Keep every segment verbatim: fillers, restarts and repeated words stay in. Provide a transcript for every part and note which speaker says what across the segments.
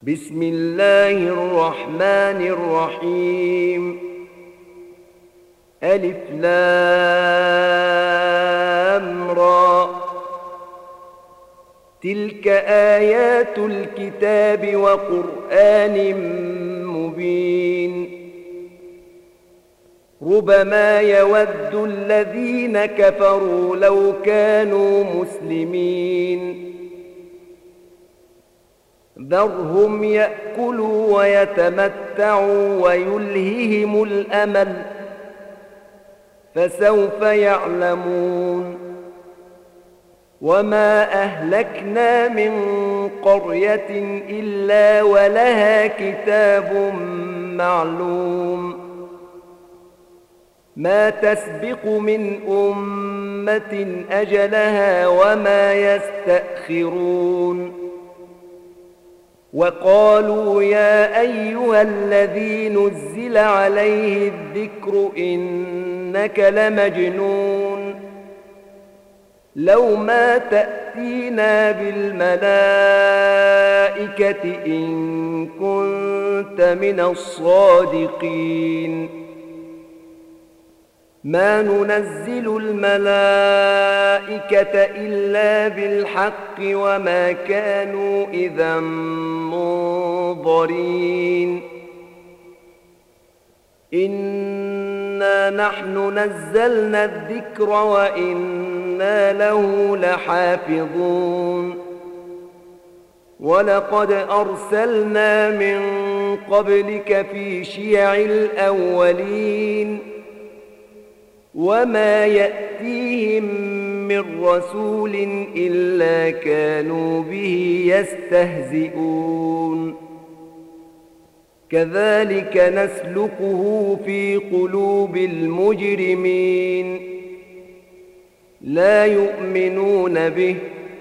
Speaker 1: بسم الله الرحمن الرحيم. ألف لام را. تلك آيات الكتاب وقرآن مبين. ربما يود الذين كفروا لو كانوا مسلمين. ذرهم يأكلوا ويتمتعوا ويلههم الأمل، فسوف يعلمون. وما أهلكنا من قرية إلا ولها كتاب معلوم. ما تسبق من أمة أجلها وما يستأخرون. وقالوا يا أيها الذي نزل عليه الذكر إنك لمجنون. لو ما تأتينا بالملائكة إن كنت من الصادقين. ما ننزل الملائكة إلا بالحق وما كانوا إذا منظرين. إنا نحن نزلنا الذكر وإنا له لحافظون. ولقد أرسلنا من قبلك في شيع الأولين. وما يأتيهم من رسول إلا كانوا به يستهزئون. كذلك نسلكه في قلوب المجرمين. لا يؤمنون به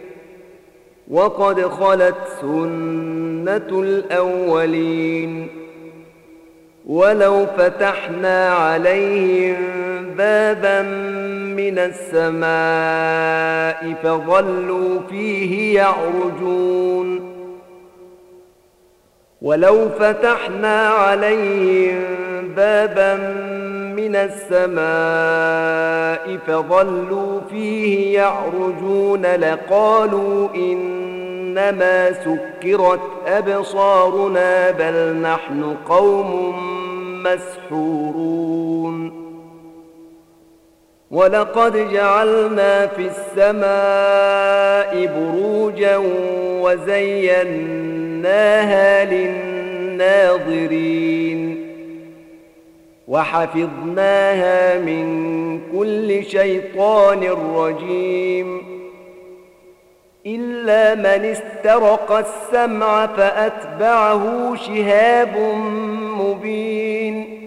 Speaker 1: وقد خلت سنة الأولين. ولو فتحنا عليهم بابا من السماء فظلوا فيه يعرجون. ولو فتحنا عليهم بابا من السماء فظلوا فيه يعرجون لقالوا إنما سكرت أبصارنا بل نحن قوم مسحورون. ولقد جعلنا في السماء بروجا وزيناها للناظرين. وحفظناها من كل شيطان رجيم. إلا من استرق السمع فأتبعه شهاب مبين.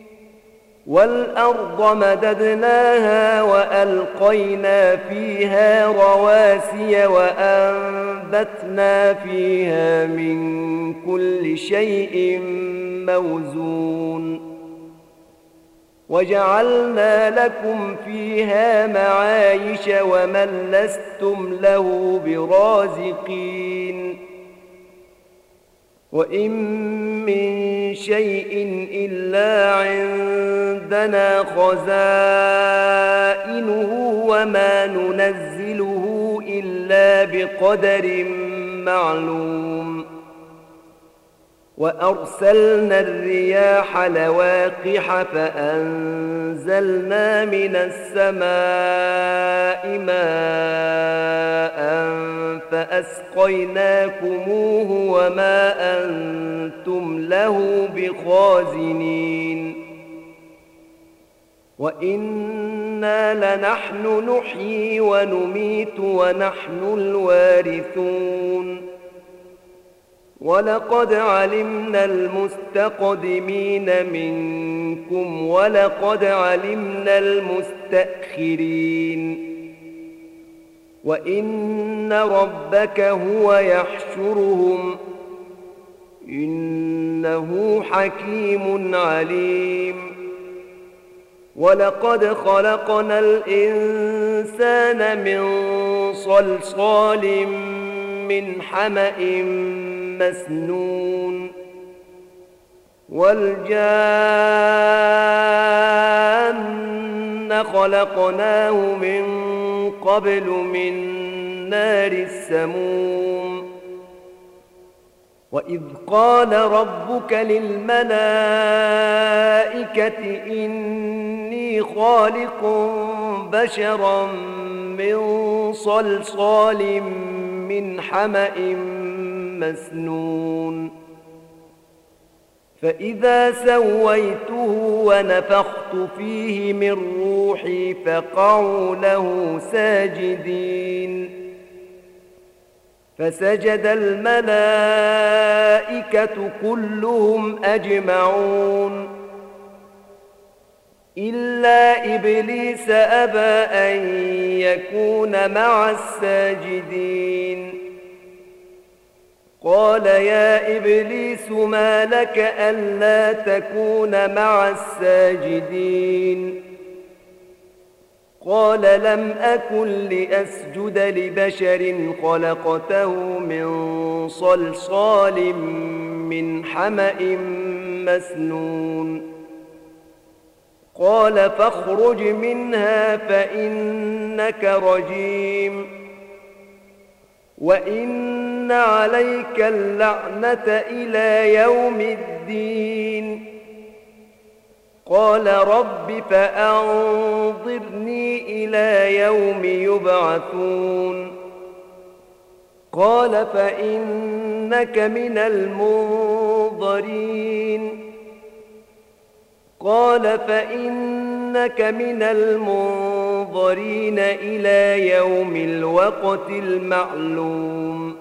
Speaker 1: والأرض مددناها وألقينا فيها رواسي وأنبتنا فيها من كل شيء موزون. وجعلنا لكم فيها معايش ومن لستم له برازقين. وإن من شيء إلا عندنا خزائنه وما ننزله إلا بقدر معلوم. وأرسلنا الرياح لواقح فأنزلنا من السماء ماء فأسقيناكموه وما أنتم له بخازنين. وإنا لنحن نحيي ونميت ونحن الوارثون. ولقد علمنا المستقدمين منكم ولقد علمنا المستأخرين. وإن ربك هو يحشرهم إنه حكيم عليم. ولقد خلقنا الإنسان من صلصال من حمأ مسنون والجان خلقناه من قبل من نار السموم وإذ قال ربك للملائكة إني خالق بشرا من صلصال من حمأ مسنون فإذا سويته ونفخت فيه من روحي فقعوا له ساجدين فسجد الملائكة كلهم أجمعون إلا إبليس أبى أن يكون مع الساجدين قال يا إبليس ما لك ألا تكون مع الساجدين قال لم أكن لأسجد لبشر خلقته من صلصال من حمأ مسنون قال فاخرج منها فإنك رجيم وإن عليك اللعنة إلى يوم الدين قال رب فأنظرني إلى يوم يبعثون قال فإنك من المنظرين قال فإنك من المنظرين إلى يوم الوقت المعلوم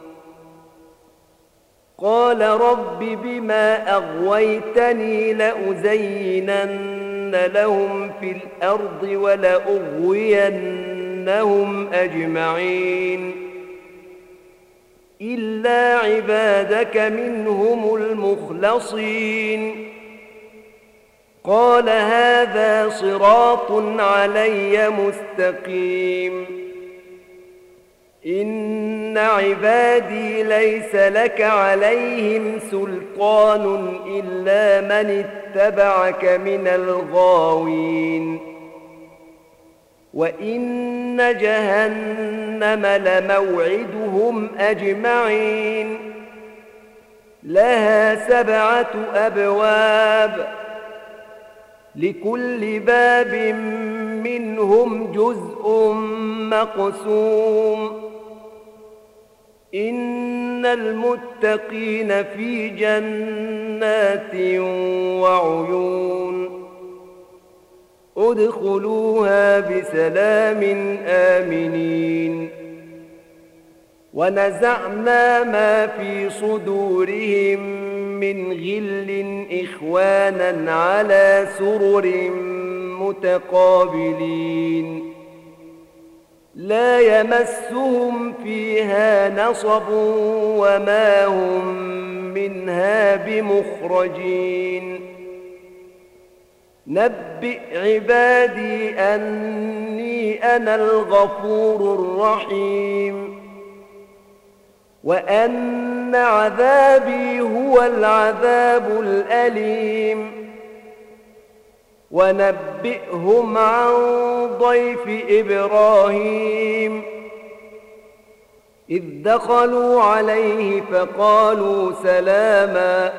Speaker 1: قال رب بما أغويتني لأزينن لهم في الأرض ولأغوينهم أجمعين إلا عبادك منهم المخلصين قال هذا صراط علي مستقيم إن عبادي ليس لك عليهم سلطان إلا من اتبعك من الغاوين وإن جهنم لموعدهم أجمعين لها سبعة أبواب لكل باب منهم جزء مقسوم إن المتقين في جنات وعيون ادخلوها بسلام آمنين ونزعنا ما في صدورهم من غل إخوانا على سرر متقابلين لا يمسهم فيها نصب وما هم منها بمخرجين نبئ عبادي أني أنا الغفور الرحيم وأن عذابي هو العذاب الأليم ونبئهم عن ضيف إبراهيم إذ دخلوا عليه فقالوا سلاما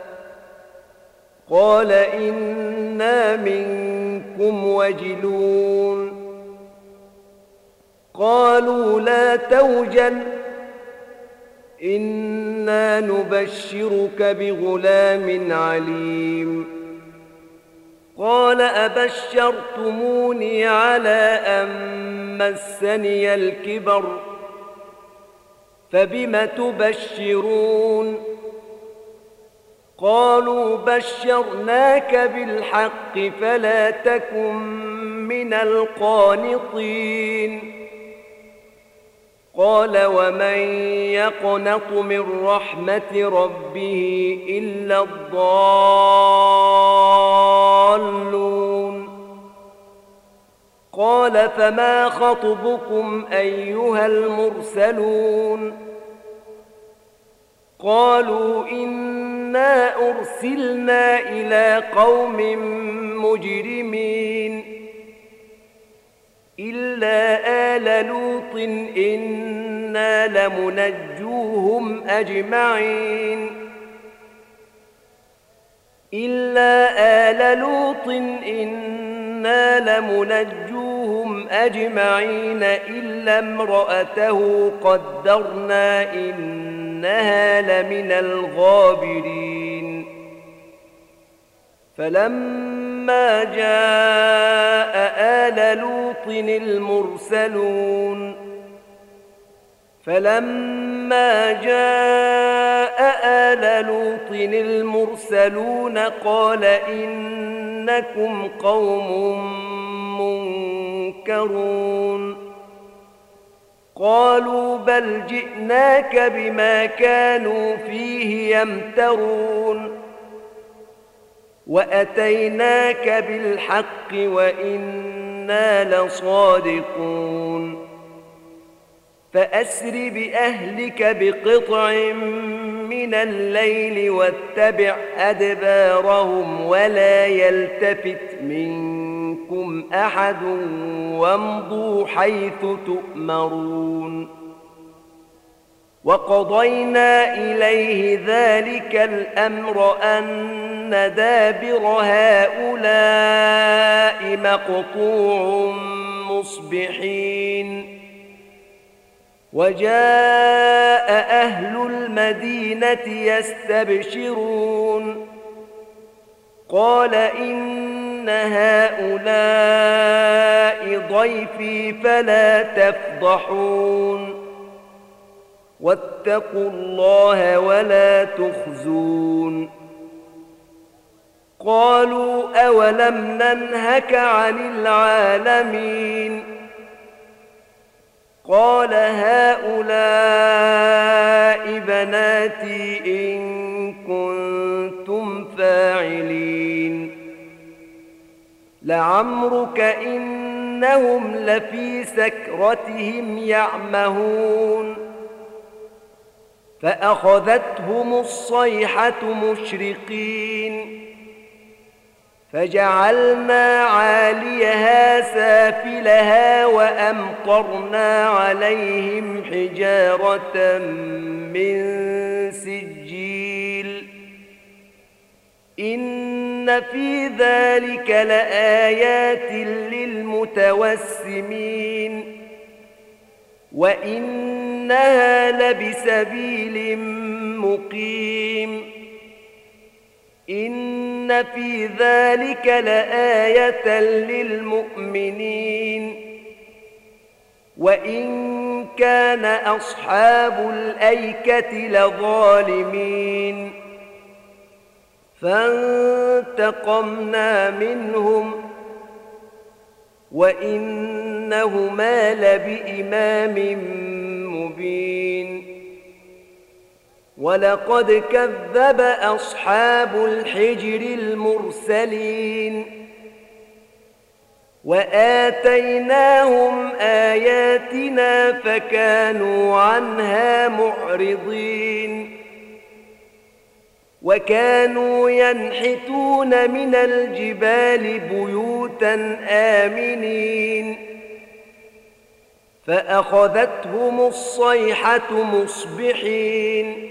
Speaker 1: قال إنا منكم وجلون قالوا لا توجل إنا نبشرك بغلام عليم قال أبشرتموني على أن مسني الكبر فبم تبشرون قالوا بشرناك بالحق فلا تكن من القانطين قال ومن يقنط من رحمة ربه إلا الضالون قال فما خطبكم أيها المرسلون قالوا إنا أرسلنا إلى قوم مجرمين إلا آل لوط إنا لمنجوهم أجمعين إلا آل لوط إنا لمنجوهم أجمعين إلا امرأته قدرنا إنها لمن الغابرين فلما جاء آل لوط المرسلون فلما جاء آل لوط المرسلون قال إنكم قوم منكرون قالوا بل جئناك بما كانوا فيه يمترون وأتيناك بالحق وإنا لصادقون فأسر بأهلك بقطع من الليل واتبع أدبارهم ولا يلتفت منكم أحد وامضوا حيث تؤمرون وقضينا إليه ذلك الأمر أن دابر هؤلاء مقطوع مصبحين وجاء أهل المدينة يستبشرون قال إن هؤلاء ضيفي فلا تفضحون واتقوا الله ولا تخزون قالوا أولم ننهك عن العالمين قال هؤلاء بناتي إن كنتم فاعلين لعمرك إنهم لفي سكرتهم يعمهون فأخذتهم الصيحة مشرقين فجعلنا عاليها سافلها وأمطرنا عليهم حجارة من سجيل إن في ذلك لآيات للمتوسمين وإنها لبسبيل مقيم إن في ذلك لآية للمؤمنين وإن كان أصحاب الأيكة لظالمين فانتقمنا منهم وإنهما لبإمام مبين ولقد كذب أصحاب الحجر المرسلين وآتيناهم آياتنا فكانوا عنها معرضين وكانوا ينحتون من الجبال بيوتا آمنين فأخذتهم الصيحة مصبحين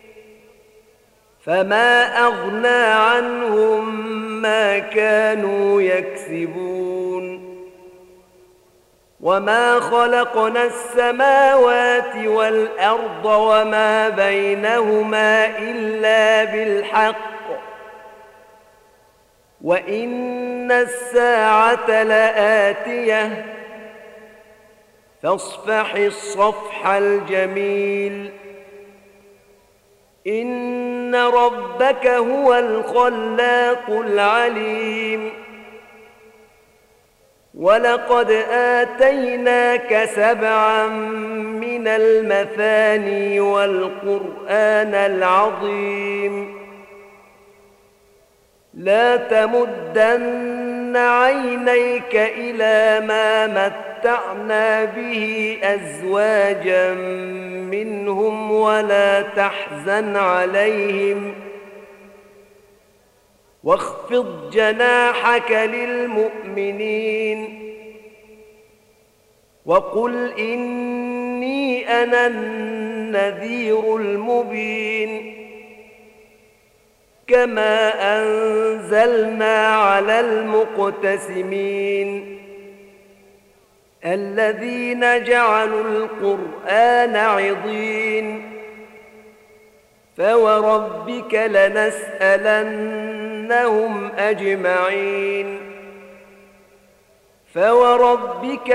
Speaker 1: فما أغنى عنهم ما كانوا يكسبون وما خلقنا السماوات والأرض وما بينهما إلا بالحق وإن الساعة لآتية فاصفح الصفح الجميل إن ربك هو الخلاق العليم ولقد آتيناك سبعا من المثاني والقرآن العظيم لا تمدن عينيك إلى ما متعنا به أزواجا منهم ولا تحزن عليهم واخفض جناحك للمؤمنين وقل إني أنا النذير المبين كما أنزلنا على المقتسمين الذين جعلوا القرآن عضين فوربك لنسألنهم أجمعين فوربك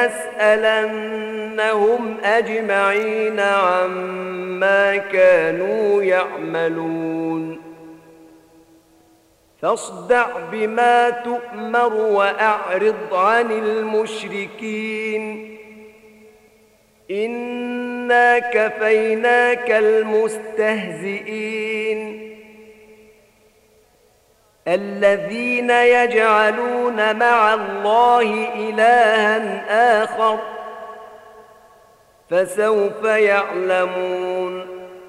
Speaker 1: لنسألنهم أجمعين عما كانوا يعملون فاصدع بما تؤمر وأعرض عن المشركين إنا كفيناك المستهزئين الذين يجعلون مع الله إلها آخر فسوف يعلمون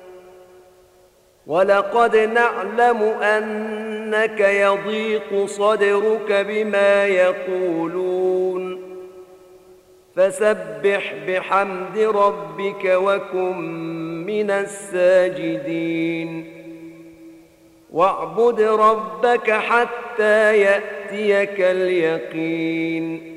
Speaker 1: ولقد نعلم أنك يضيق صدرك بما يقولون فسبح بحمد ربك وكن من الساجدين واعبد ربك حتى يأتيك اليقين